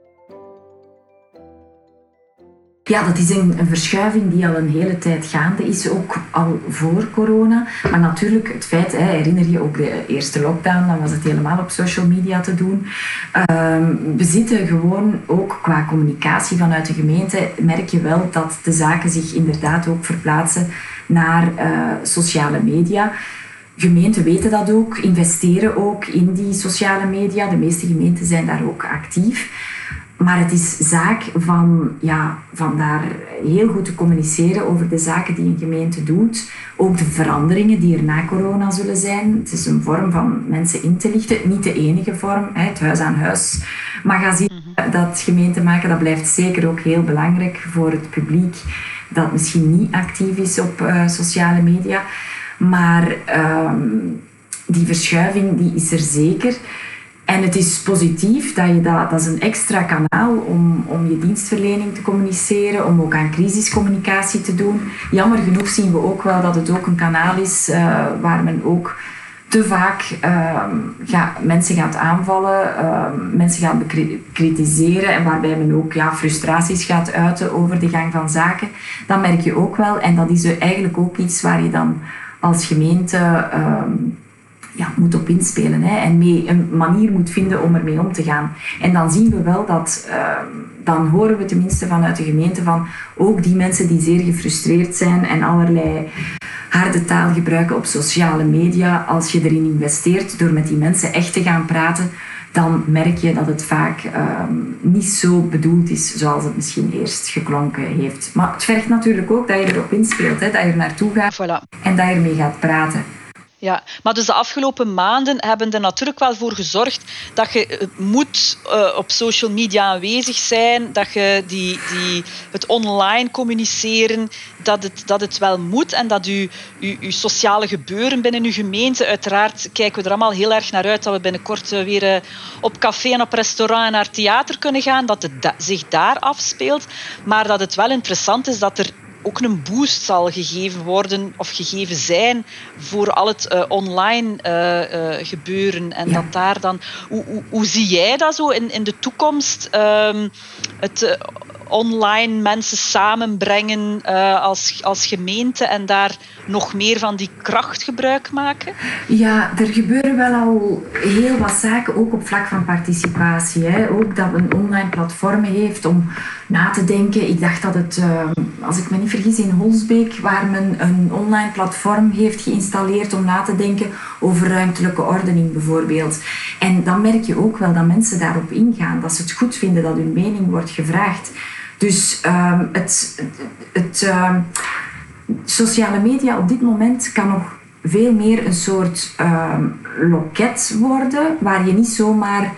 Ja, dat is een verschuiving die al een hele tijd gaande is, ook al voor corona. Maar natuurlijk het feit, herinner je ook de eerste lockdown, dan was het helemaal op social media te doen. We zitten gewoon ook qua communicatie vanuit de gemeente, merk je wel dat de zaken zich inderdaad ook verplaatsen naar sociale media. Gemeenten weten dat ook, investeren ook in die sociale media. De meeste gemeenten zijn daar ook actief. Maar het is zaak van daar heel goed te communiceren over de zaken die een gemeente doet. Ook de veranderingen die er na corona zullen zijn. Het is een vorm van mensen in te lichten. Niet de enige vorm. Het huis-aan-huis magazine dat gemeenten maken, dat blijft zeker ook heel belangrijk voor het publiek dat misschien niet actief is op sociale media. Maar die verschuiving die is er zeker. En het is positief dat is een extra kanaal om je dienstverlening te communiceren, om ook aan crisiscommunicatie te doen. Jammer genoeg zien we ook wel dat het ook een kanaal is waar men ook te vaak mensen gaat aanvallen, mensen gaat bekritiseren en waarbij men ook frustraties gaat uiten over de gang van zaken. Dat merk je ook wel en dat is eigenlijk ook iets waar je dan als gemeente moet op inspelen en mee een manier moet vinden om ermee om te gaan. En dan zien we wel dat, dan horen we tenminste vanuit de gemeente van ook die mensen die zeer gefrustreerd zijn en allerlei harde taal gebruiken op sociale media, als je erin investeert door met die mensen echt te gaan praten, dan merk je dat het vaak niet zo bedoeld is zoals het misschien eerst geklonken heeft. Maar het vergt natuurlijk ook dat je erop inspeelt, dat je er naartoe gaat en dat je ermee gaat praten. Ja, maar dus de afgelopen maanden hebben er natuurlijk wel voor gezorgd dat je moet op social media aanwezig zijn, dat je het online communiceren, dat het wel moet en dat je sociale gebeuren binnen je gemeente, uiteraard kijken we er allemaal heel erg naar uit dat we binnenkort weer op café en op restaurant en naar theater kunnen gaan, dat het zich daar afspeelt, maar dat het wel interessant is dat er ook een boost zal gegeven worden of gegeven zijn voor al het online gebeuren. En dat daar dan... Hoe zie jij dat zo in de toekomst? Het online mensen samenbrengen als gemeente en daar nog meer van die kracht gebruik maken? Ja, er gebeuren wel al heel wat zaken, ook op vlak van participatie. Ook dat een online platform heeft om na te denken. Ik dacht dat het, als ik me niet vergis, in Holsbeek, waar men een online platform heeft geïnstalleerd om na te denken over ruimtelijke ordening bijvoorbeeld. En dan merk je ook wel dat mensen daarop ingaan, dat ze het goed vinden dat hun mening wordt gevraagd. Dus sociale media op dit moment kan nog veel meer een soort loket worden, waar je niet zomaar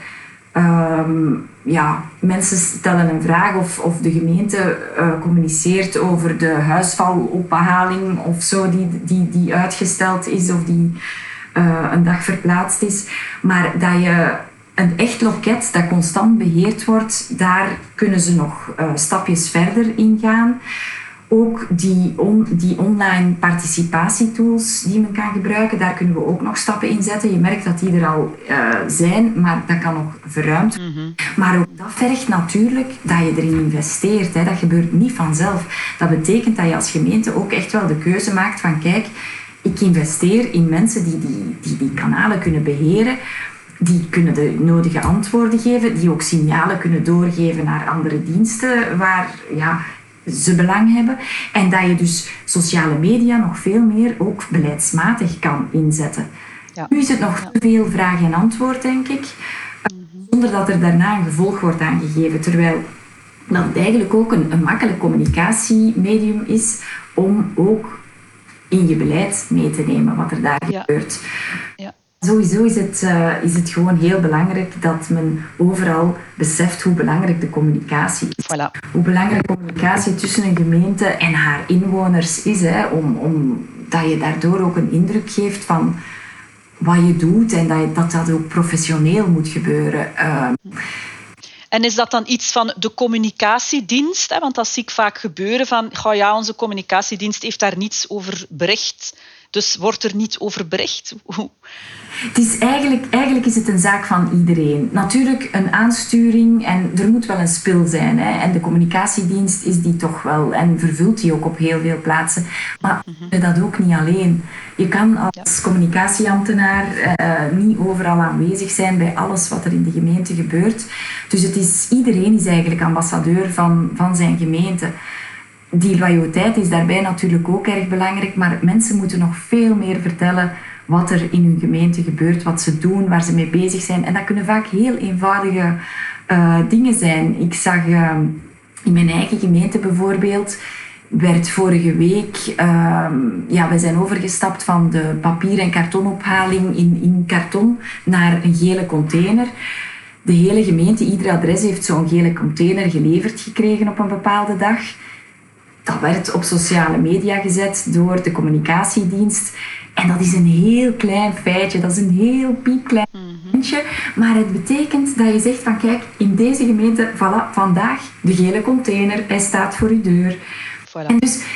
mensen stellen een vraag of de gemeente communiceert over de huisvalophaling of zo die uitgesteld is of die een dag verplaatst is. Maar dat je een echt loket dat constant beheerd wordt, daar kunnen ze nog stapjes verder in gaan. Ook die online participatietools die men kan gebruiken, daar kunnen we ook nog stappen in zetten. Je merkt dat die er al zijn, maar dat kan nog verruimd. Maar ook dat vergt natuurlijk dat je erin investeert. Hè. Dat gebeurt niet vanzelf. Dat betekent dat je als gemeente ook echt wel de keuze maakt van kijk, ik investeer in mensen die kanalen kunnen beheren. Die kunnen de nodige antwoorden geven, die ook signalen kunnen doorgeven naar andere diensten waar ze belang hebben. En dat je dus sociale media nog veel meer ook beleidsmatig kan inzetten. Ja. Nu is het nog te veel vraag en antwoord, denk ik. Zonder dat er daarna een gevolg wordt aangegeven. Terwijl dat het eigenlijk ook een makkelijk communicatiemedium is om ook in je beleid mee te nemen wat er daar gebeurt. Ja. Sowieso is het gewoon heel belangrijk dat men overal beseft hoe belangrijk de communicatie is. Voilà. Hoe belangrijk communicatie tussen een gemeente en haar inwoners is. Hè, dat je daardoor ook een indruk geeft van wat je doet en dat ook professioneel moet gebeuren. En is dat dan iets van de communicatiedienst? Hè? Want dat zie ik vaak gebeuren van onze communicatiedienst heeft daar niets over bericht. Dus wordt er niet over bericht? Het is eigenlijk is het een zaak van iedereen. Natuurlijk een aansturing en er moet wel een spil zijn. Hè? En de communicatiedienst is die toch wel en vervult die ook op heel veel plaatsen. Maar dat ook niet alleen. Je kan als communicatieambtenaar niet overal aanwezig zijn bij alles wat er in de gemeente gebeurt. Dus iedereen is eigenlijk ambassadeur van zijn gemeente. Die loyaliteit is daarbij natuurlijk ook erg belangrijk, maar mensen moeten nog veel meer vertellen wat er in hun gemeente gebeurt, wat ze doen, waar ze mee bezig zijn. En dat kunnen vaak heel eenvoudige dingen zijn. Ik zag in mijn eigen gemeente bijvoorbeeld, werd vorige week, we zijn overgestapt van de papier- en kartonophaling in karton naar een gele container. De hele gemeente, ieder adres heeft zo'n gele container geleverd gekregen op een bepaalde dag. Dat werd op sociale media gezet door de communicatiedienst. En dat is een heel klein feitje, dat is een heel piepklein feitje. Maar het betekent dat je zegt van kijk, in deze gemeente, voilà, vandaag de gele container, hij staat voor uw deur. Voilà. En dus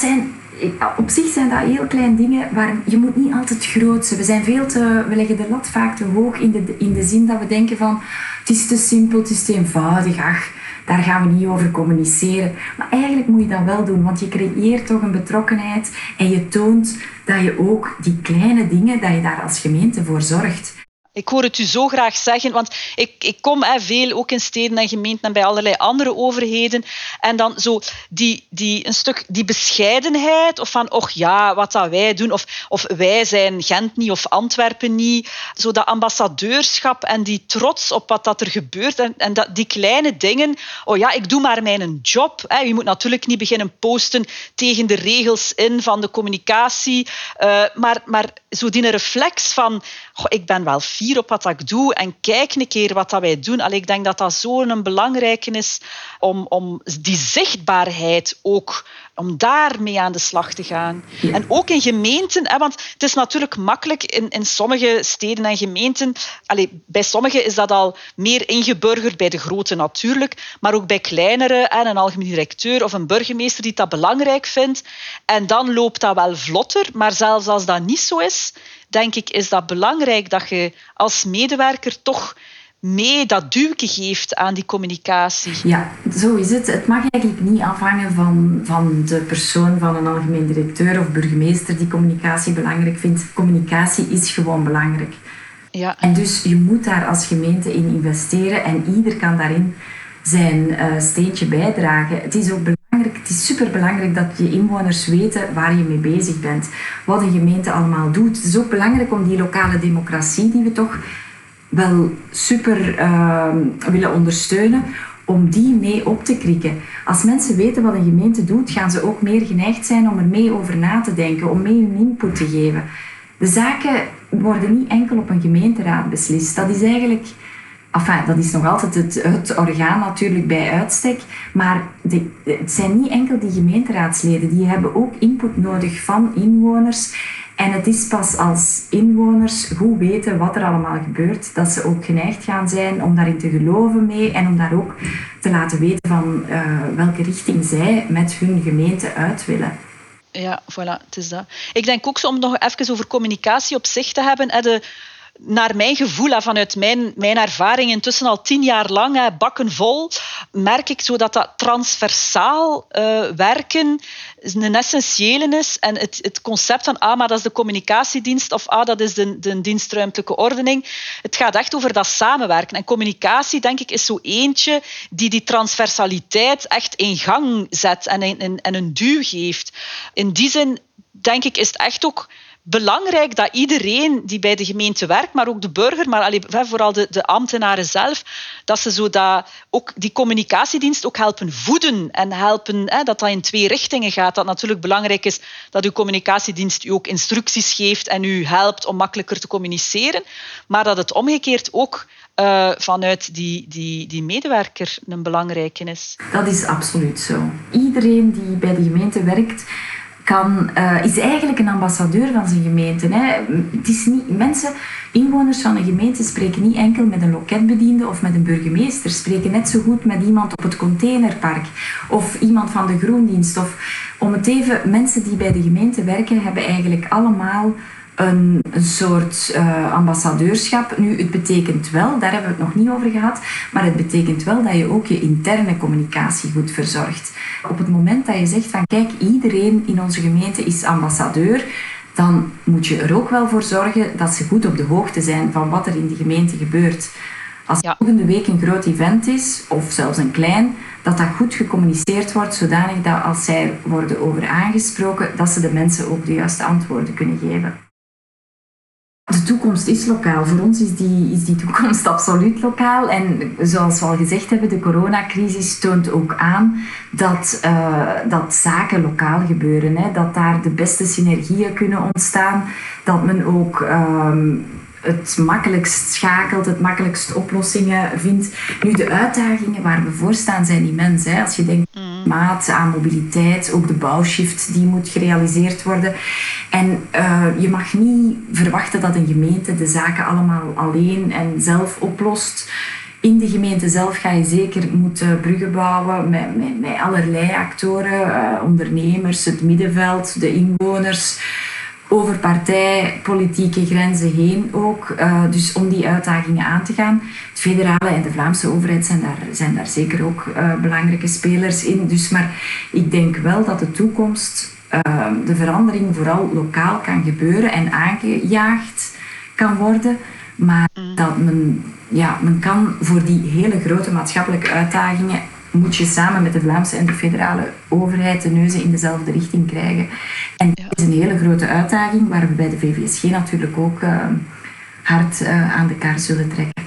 op zich zijn dat heel kleine dingen, waar je moet niet altijd groot zijn. We leggen de lat vaak te hoog in de zin dat we denken van het is te simpel, het is te eenvoudig, daar gaan we niet over communiceren. Maar eigenlijk moet je dat wel doen, want je creëert toch een betrokkenheid en je toont dat je ook die kleine dingen, dat je daar als gemeente voor zorgt. Ik hoor het u zo graag zeggen, want ik kom veel ook in steden en gemeenten en bij allerlei andere overheden. En dan zo een stuk die bescheidenheid of van wat dat wij doen of wij zijn Gent niet of Antwerpen niet. Zo dat ambassadeurschap en die trots op wat dat er gebeurt en die kleine dingen. Ik doe maar mijn job. Hè. Je moet natuurlijk niet beginnen posten tegen de regels in van de communicatie. Maar zo die reflex van ik ben wel fier op wat ik doe en kijk een keer wat dat wij doen. Ik denk dat dat zo'n belangrijke is om die zichtbaarheid ook, om daarmee aan de slag te gaan. Ja. En ook in gemeenten, want het is natuurlijk makkelijk in sommige steden en gemeenten. Bij sommigen is dat al meer ingeburgerd, bij de grote natuurlijk, maar ook bij kleinere, een algemeen directeur of een burgemeester die dat belangrijk vindt. En dan loopt dat wel vlotter, maar zelfs als dat niet zo is, denk ik, is dat belangrijk dat je als medewerker toch mee dat duwtje geeft aan die communicatie. Ja, zo is het. Het mag eigenlijk niet afhangen van de persoon van een algemeen directeur of burgemeester die communicatie belangrijk vindt. Communicatie is gewoon belangrijk. Ja. En dus je moet daar als gemeente in investeren en ieder kan daarin zijn steentje bijdragen. Het is ook belangrijk, het is superbelangrijk dat je inwoners weten waar je mee bezig bent. Wat een gemeente allemaal doet. Het is ook belangrijk om die lokale democratie die we toch wel super willen ondersteunen, om die mee op te krikken. Als mensen weten wat een gemeente doet, gaan ze ook meer geneigd zijn om er mee over na te denken, om mee hun input te geven. De zaken worden niet enkel op een gemeenteraad beslist. Dat is eigenlijk... dat is nog altijd het orgaan natuurlijk bij uitstek, maar het zijn niet enkel die gemeenteraadsleden, die hebben ook input nodig van inwoners. En het is pas als inwoners goed weten wat er allemaal gebeurt, dat ze ook geneigd gaan zijn om daarin te geloven mee en om daar ook te laten weten van welke richting zij met hun gemeente uit willen. Ja, voilà, het is dat. Ik denk ook zo, om nog even over communicatie op zich te hebben, naar mijn gevoel, vanuit mijn ervaring, intussen al 10 jaar lang, bakken vol, merk ik zo dat transversaal werken een essentiële is. En het concept van, maar dat is de communicatiedienst of dat is de dienstruimtelijke ordening. Het gaat echt over dat samenwerken. En communicatie, denk ik, is zo eentje die transversaliteit echt in gang zet en een duw geeft. In die zin, denk ik, is het echt ook belangrijk dat iedereen die bij de gemeente werkt, maar ook de burger, maar vooral de ambtenaren zelf, dat ze ook die communicatiedienst ook helpen voeden en helpen dat in 2 richtingen gaat. Dat natuurlijk belangrijk is dat uw communicatiedienst u ook instructies geeft en u helpt om makkelijker te communiceren, maar dat het omgekeerd ook vanuit die medewerker een belangrijke is. Dat is absoluut zo. Iedereen die bij de gemeente werkt, is eigenlijk een ambassadeur van zijn gemeente. Het is niet, inwoners van een gemeente spreken niet enkel met een loketbediende of met een burgemeester, spreken net zo goed met iemand op het containerpark of iemand van de groendienst. Of om het even, mensen die bij de gemeente werken hebben eigenlijk allemaal een soort ambassadeurschap. Nu, het betekent wel, daar hebben we het nog niet over gehad, maar het betekent wel dat je ook je interne communicatie goed verzorgt. Op het moment dat je zegt van kijk, iedereen in onze gemeente is ambassadeur, dan moet je er ook wel voor zorgen dat ze goed op de hoogte zijn van wat er in de gemeente gebeurt. Als volgende week een groot event is, of zelfs een klein, dat goed gecommuniceerd wordt, zodanig dat als zij worden over aangesproken, dat ze de mensen ook de juiste antwoorden kunnen geven. De toekomst is lokaal. Voor ons is die toekomst absoluut lokaal. En zoals we al gezegd hebben, de coronacrisis toont ook aan dat zaken lokaal gebeuren. Dat daar de beste synergieën kunnen ontstaan. Dat men ook het makkelijkst schakelt, het makkelijkst oplossingen vindt. Nu, de uitdagingen waar we voor staan zijn immens. Als je denkt aan mobiliteit, ook de bouwshift die moet gerealiseerd worden. En je mag niet verwachten dat een gemeente de zaken allemaal alleen en zelf oplost. In de gemeente zelf ga je zeker moeten bruggen bouwen met allerlei actoren, ondernemers, het middenveld, de inwoners, over partijpolitieke grenzen heen ook. Dus om die uitdagingen aan te gaan. Het federale en de Vlaamse overheid zijn daar zeker ook belangrijke spelers in. Dus, maar ik denk wel dat de toekomst, de verandering vooral lokaal kan gebeuren en aangejaagd kan worden. Maar dat men kan voor die hele grote maatschappelijke uitdagingen, moet je samen met de Vlaamse en de federale overheid de neuzen in dezelfde richting krijgen. En dat is een hele grote uitdaging waar we bij de VVSG natuurlijk ook hard aan de kar zullen trekken.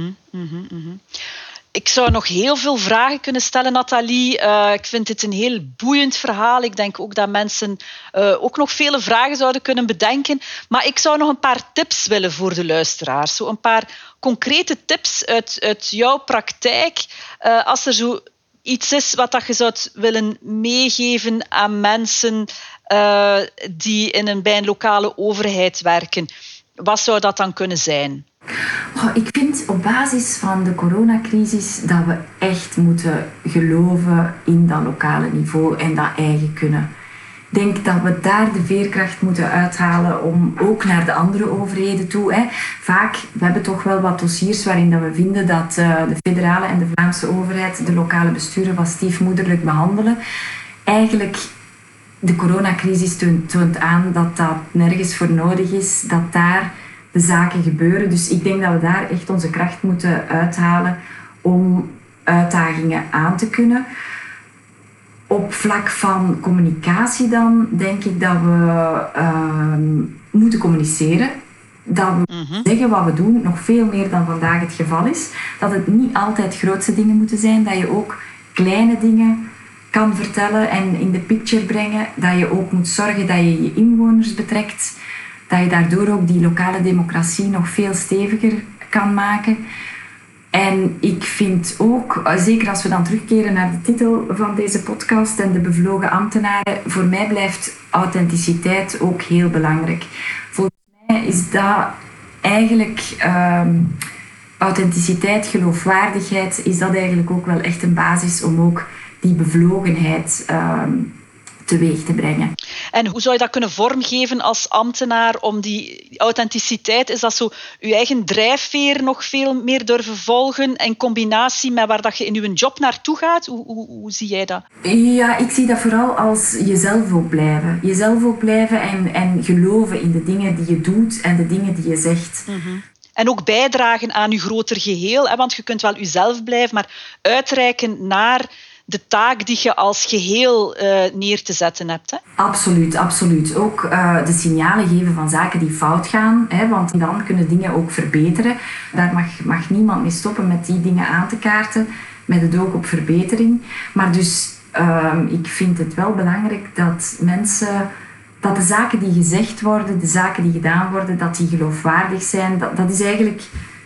Ik zou nog heel veel vragen kunnen stellen, Nathalie. Ik vind dit een heel boeiend verhaal. Ik denk ook dat mensen ook nog vele vragen zouden kunnen bedenken. Maar ik zou nog een paar tips willen voor de luisteraars. Zo een paar concrete tips uit jouw praktijk. Als er zo iets is wat dat je zou willen meegeven aan mensen die bij een lokale overheid werken. Wat zou dat dan kunnen zijn? Ik vind op basis van de coronacrisis dat we echt moeten geloven in dat lokale niveau en dat eigen kunnen. Ik denk dat we daar de veerkracht moeten uithalen om ook naar de andere overheden toe. Vaak, we hebben toch wel wat dossiers waarin dat we vinden dat de federale en de Vlaamse overheid de lokale besturen wat stiefmoederlijk behandelen. Eigenlijk, de coronacrisis toont aan dat dat nergens voor nodig is, dat daar de zaken gebeuren. Dus ik denk dat we daar echt onze kracht moeten uithalen om uitdagingen aan te kunnen. Op vlak van communicatie dan denk ik dat we moeten communiceren. dat we zeggen wat we doen, nog veel meer dan vandaag het geval is. Dat het niet altijd grootse dingen moeten zijn, dat je ook kleine dingen kan vertellen en in de picture brengen. Dat je ook moet zorgen dat je je inwoners betrekt. Dat je daardoor ook die lokale democratie nog veel steviger kan maken. En ik vind ook, zeker als we dan terugkeren naar de titel van deze podcast en de bevlogen ambtenaren, voor mij blijft authenticiteit ook heel belangrijk. Volgens mij is dat eigenlijk authenticiteit, geloofwaardigheid, is dat eigenlijk ook wel echt een basis om ook die bevlogenheid teweeg te brengen. En hoe zou je dat kunnen vormgeven als ambtenaar om die authenticiteit, is dat zo je eigen drijfveer nog veel meer durven volgen in combinatie met waar dat je in je job naartoe gaat? Hoe zie jij dat? Ja, ik zie dat vooral als jezelf ook blijven. Jezelf ook blijven en geloven in de dingen die je doet en de dingen die je zegt. Mm-hmm. En ook bijdragen aan je groter geheel, hè? Want je kunt wel jezelf blijven, maar uitreiken naar de taak die je als geheel neer te zetten hebt. Hè? Absoluut, absoluut. Ook de signalen geven van zaken die fout gaan, hè, want dan kunnen dingen ook verbeteren. Daar mag niemand mee stoppen met die dingen aan te kaarten, met het oog op verbetering. Maar dus ik vind het wel belangrijk dat mensen, dat de zaken die gezegd worden, de zaken die gedaan worden, dat die geloofwaardig zijn. Dat is eigenlijk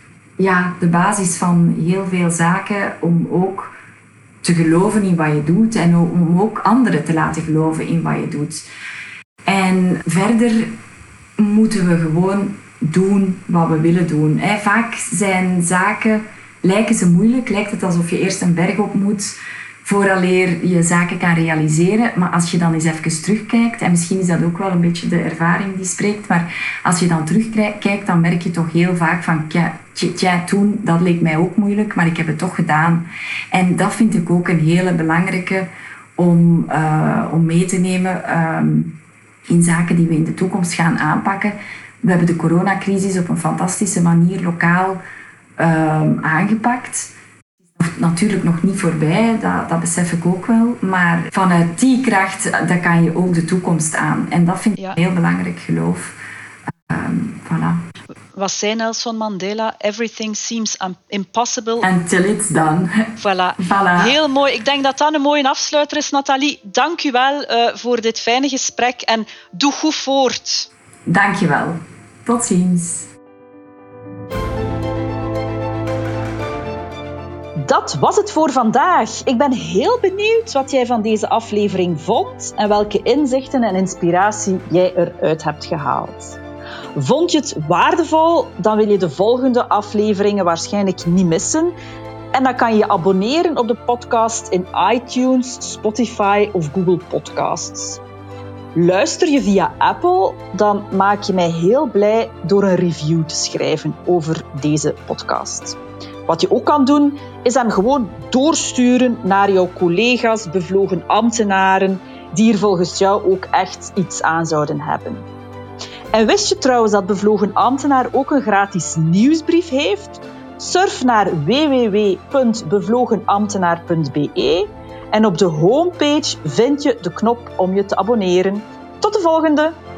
de basis van heel veel zaken om ook te geloven in wat je doet en om ook anderen te laten geloven in wat je doet. En verder moeten we gewoon doen wat we willen doen. Vaak zijn zaken, lijken ze moeilijk, lijkt het alsof je eerst een berg op moet vooraleer je zaken kan realiseren. Maar als je dan eens even terugkijkt, en misschien is dat ook wel een beetje de ervaring die spreekt, maar als je dan terugkijkt, dan merk je toch heel vaak van, toen, dat leek mij ook moeilijk, maar ik heb het toch gedaan. En dat vind ik ook een hele belangrijke om mee te nemen in zaken die we in de toekomst gaan aanpakken. We hebben de coronacrisis op een fantastische manier lokaal aangepakt. Natuurlijk nog niet voorbij, dat besef ik ook wel. Maar vanuit die kracht, dan kan je ook de toekomst aan. En dat vind ik een heel belangrijk geloof. Voilà. Wat zei Nelson Mandela? Everything seems impossible. Until it's done. Voilà. Voilà. Heel mooi. Ik denk dat dat een mooie afsluiter is, Nathalie. Dank u wel voor dit fijne gesprek en doe goed voort. Dank je wel. Tot ziens. Dat was het voor vandaag. Ik ben heel benieuwd wat jij van deze aflevering vond en welke inzichten en inspiratie jij eruit hebt gehaald. Vond je het waardevol? Dan wil je de volgende afleveringen waarschijnlijk niet missen. En dan kan je je abonneren op de podcast in iTunes, Spotify of Google Podcasts. Luister je via Apple, dan maak je mij heel blij door een review te schrijven over deze podcast. Wat je ook kan doen, is hem gewoon doorsturen naar jouw collega's, bevlogen ambtenaren, die er volgens jou ook echt iets aan zouden hebben. En wist je trouwens dat Bevlogen Ambtenaar ook een gratis nieuwsbrief heeft? Surf naar www.bevlogenambtenaar.be en op de homepage vind je de knop om je te abonneren. Tot de volgende!